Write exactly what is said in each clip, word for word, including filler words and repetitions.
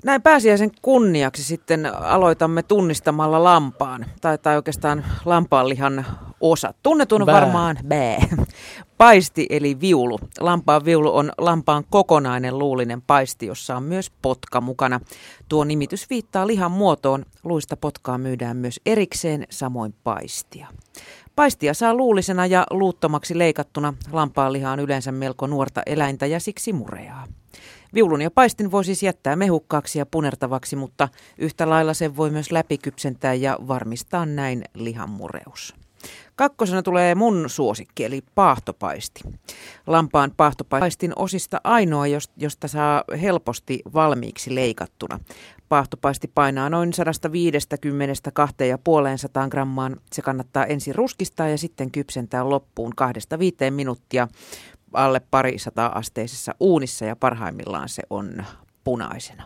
Näin pääsiäisen kunniaksi sitten aloitamme tunnistamalla lampaan, tai, tai oikeastaan lampaanlihan osat. Tunnetun Bää. varmaan bää. Paisti eli viulu. Lampaan viulu on lampaan kokonainen luullinen paisti, jossa on myös potka mukana. Tuo nimitys viittaa lihan muotoon. Luista potkaa myydään myös erikseen, samoin paistia. Paistia saa luullisena ja luuttomaksi leikattuna. Lampaanliha on yleensä melko nuorta eläintä ja siksi mureaa. Viulun ja paistin voi siis jättää mehukkaaksi ja punertavaksi, mutta yhtä lailla sen voi myös läpikypsentää ja varmistaa näin lihan mureus. Kakkosena tulee mun suosikki, eli paahtopaisti. Lampaan paahtopaistin osista ainoa, josta saa helposti valmiiksi leikattuna. Paahtopaisti painaa noin sata viisikymmentä kaksisataa grammaan. Se kannattaa ensin ruskistaa ja sitten kypsentää loppuun kahdesta viiteen minuuttia alle parisataa asteisessa uunissa ja parhaimmillaan se on punaisena.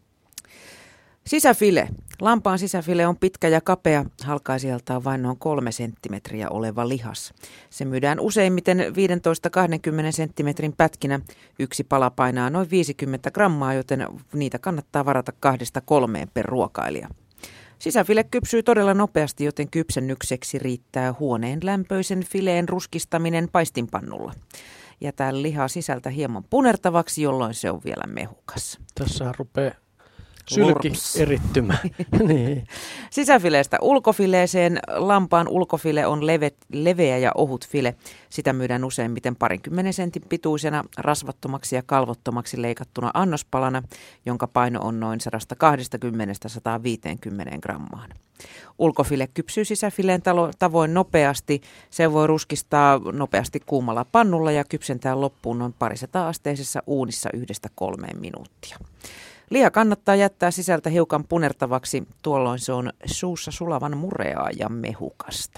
Sisäfile. Lampaan sisäfile on pitkä ja kapea, halkaisijaltaan vain noin kolme senttimetriä oleva lihas. Se myydään useimmiten viisitoista kaksikymmentä senttimetrin pätkinä. Yksi pala painaa noin viisikymmentä grammaa, joten niitä kannattaa varata kahdesta kolmeen per ruokailija. Sisäfile kypsyy todella nopeasti, joten kypsennykseksi riittää huoneen lämpöisen fileen ruskistaminen paistinpannulla. Jätää lihaa sisältä hieman punertavaksi, jolloin se on vielä mehukas. Tässä rupeaa sylki Lurps. erittymään. Niin. Sisäfileestä ulkofileeseen. Lampaan ulkofile on leve, leveä ja ohut file. Sitä myydään useimmiten parinkymmenen sentin pituisena, rasvattomaksi ja kalvottomaksi leikattuna annospalana, jonka paino on noin sata kaksikymmentä viisikymmentä grammaan. Ulkofile kypsyy sisäfileen tavoin nopeasti. Se voi ruskistaa nopeasti kuumalla pannulla ja kypsentää loppuun noin parisataa asteisessa uunissa yhdestä kolmeen minuuttia. Liha kannattaa jättää sisältä hiukan punertavaksi, tuolloin se on suussa sulavan mureaa ja mehukasta.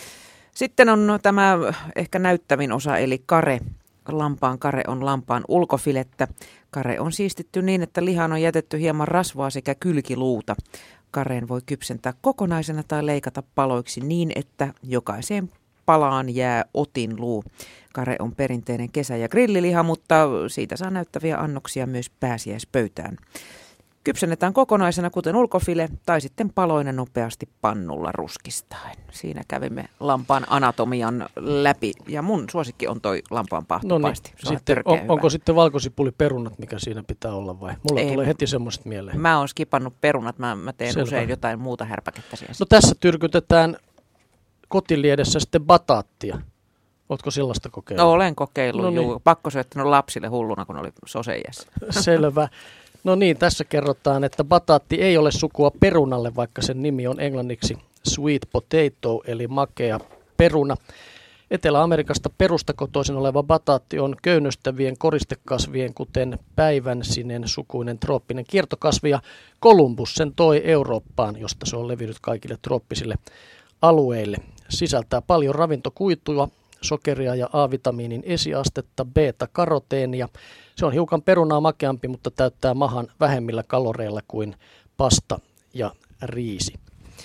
Sitten on tämä ehkä näyttävin osa eli kare. Lampaan kare on lampaan ulkofilettä. Kare on siistitty niin, että lihaan on jätetty hieman rasvaa sekä kylkiluuta. Kareen voi kypsentää kokonaisena tai leikata paloiksi niin, että jokaiseen palaan jää otin luu. Kare on perinteinen kesä- ja grilliliha, mutta siitä saa näyttäviä annoksia myös pääsiäispöytään. Kypsennetään kokonaisena, kuten ulkofile, tai sitten paloina nopeasti pannulla ruskistaen. Siinä kävimme lampaan anatomian läpi, ja mun suosikki on toi lampaan paahtopaisti. No niin, sitten, on, onko sitten valkosipuliperunat, mikä siinä pitää olla vai? Mulla Ei, tulee heti semmoiset mieleen. Mä oon skipannut perunat, mä, mä teen Selvä. usein jotain muuta härpäkettä siellä. No tässä tyrkytetään kotiliedessä sitten bataattia. Oletko sellaista kokeillut? No olen kokeillut, no niin. juu. Pakko syöttänyt lapsille hulluna, kun oli soseijässä. Selvä. No niin, tässä kerrotaan, että bataatti ei ole sukua perunalle, vaikka sen nimi on englanniksi sweet potato, eli makea peruna. Etelä-Amerikasta perusta kotoisin oleva bataatti on köynnöstävien koristekasvien, kuten päivänsinen sukuinen trooppinen kiertokasvi, ja Columbus sen toi Eurooppaan, josta se on levinnyt kaikille trooppisille alueille. Sisältää paljon ravintokuitua, sokeria ja A-vitamiinin esiastetta, beta-karoteenia. Se on hiukan perunaa makeampi, mutta täyttää mahan vähemmillä kaloreilla kuin pasta ja riisi.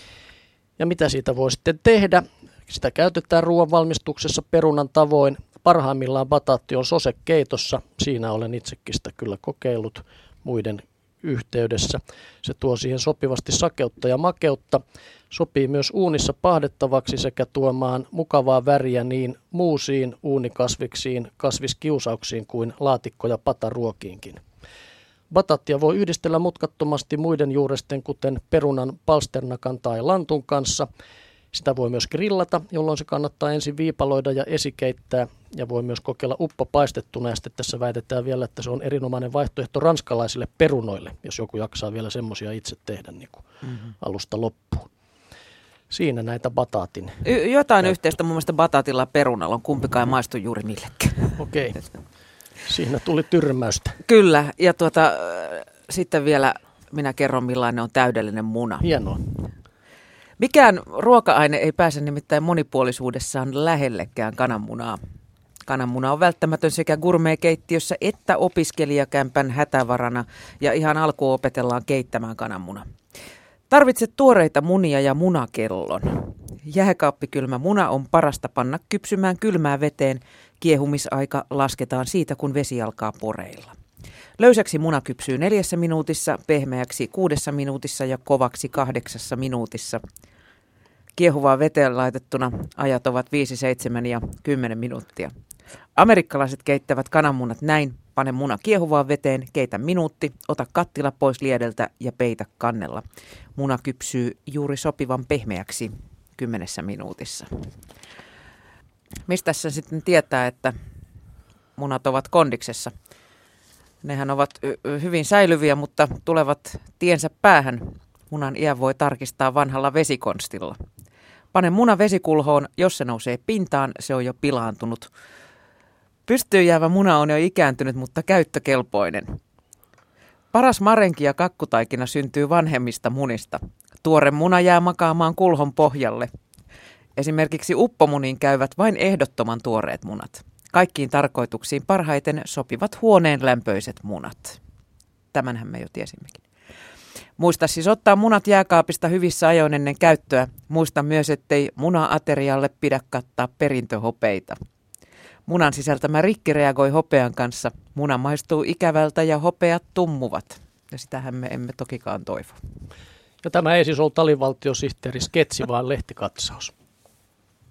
Ja mitä siitä voi sitten tehdä? Sitä käytetään ruoanvalmistuksessa perunan tavoin. Parhaimmillaan bataatti on sosekeitossa. Siinä olen itsekin sitä kyllä kokeillut muiden yhteydessä. Se tuo siihen sopivasti sakeutta ja makeutta. Sopii myös uunissa paahdettavaksi sekä tuomaan mukavaa väriä niin muusiin, uunikasviksiin, kasviskiusauksiin kuin laatikko- ja pataruokiinkin. Bataattia voi yhdistellä mutkattomasti muiden juuresten, kuten perunan, palsternakan tai lantun kanssa. Sitä voi myös grillata, jolloin se kannattaa ensin viipaloida ja esikeittää, ja voi myös kokeilla uppopaistettuna, ja sitten tässä väitetään vielä, että se on erinomainen vaihtoehto ranskalaisille perunoille, jos joku jaksaa vielä semmoisia itse tehdä niin kuin mm-hmm. alusta loppuun. Siinä näitä bataatin. Y- jotain ja... yhteistä mun mielestä bataatilla ja perunalla on, kumpikaan ei maistu juuri millekään. Okei, siinä tuli tyrmäystä. Kyllä, ja tuota, sitten vielä minä kerron millainen on täydellinen muna. Hienoa. Mikään ruoka-aine ei pääse nimittäin monipuolisuudessaan lähellekään kananmunaa. Kananmuna on välttämätön sekä gourmet-keittiössä että opiskelijakämpän hätävarana, ja ihan alkuun opetellaan keittämään kananmuna. Tarvitset tuoreita munia ja munakellon. Jääkaappikylmä muna on parasta panna kypsymään kylmään veteen. Kiehumisaika lasketaan siitä, kun vesi alkaa poreilla. Löysäksi muna kypsyy neljässä minuutissa, pehmeäksi kuudessa minuutissa ja kovaksi kahdeksassa minuutissa. Kiehuvaa veteen laitettuna ajat ovat viisi, seitsemän ja kymmenen minuuttia. Amerikkalaiset keittävät kananmunat näin. Pane muna kiehuvaan veteen, keitä minuutti, ota kattila pois liedeltä ja peitä kannella. Muna kypsyy juuri sopivan pehmeäksi kymmenessä minuutissa. Mistä se sitten tietää, että munat ovat kondiksessa? Nehän ovat hyvin säilyviä, mutta tulevat tiensä päähän. Munan iän voi tarkistaa vanhalla vesikonstilla. Pane muna vesikulhoon, jos se nousee pintaan, se on jo pilaantunut. Pystyyn jäävä muna on jo ikääntynyt, mutta käyttökelpoinen. Paras marenki ja kakkutaikina syntyy vanhemmista munista. Tuore muna jää makaamaan kulhon pohjalle. Esimerkiksi uppomuniin käyvät vain ehdottoman tuoreet munat. Kaikkiin tarkoituksiin parhaiten sopivat huoneen lämpöiset munat. Tämänhän me jo tiesimmekin. Muista siis ottaa munat jääkaapista hyvissä ajoin ennen käyttöä. Muista myös, ettei muna-aterialle pidä kattaa perintöhopeita. Munan sisältämä rikki reagoi hopean kanssa. Muna maistuu ikävältä ja hopeat tummuvat. Ja sitähän me emme tokikaan toivo. Ja tämä ei siis ollut alivaltiosihteeri sketsi, vaan lehtikatsaus.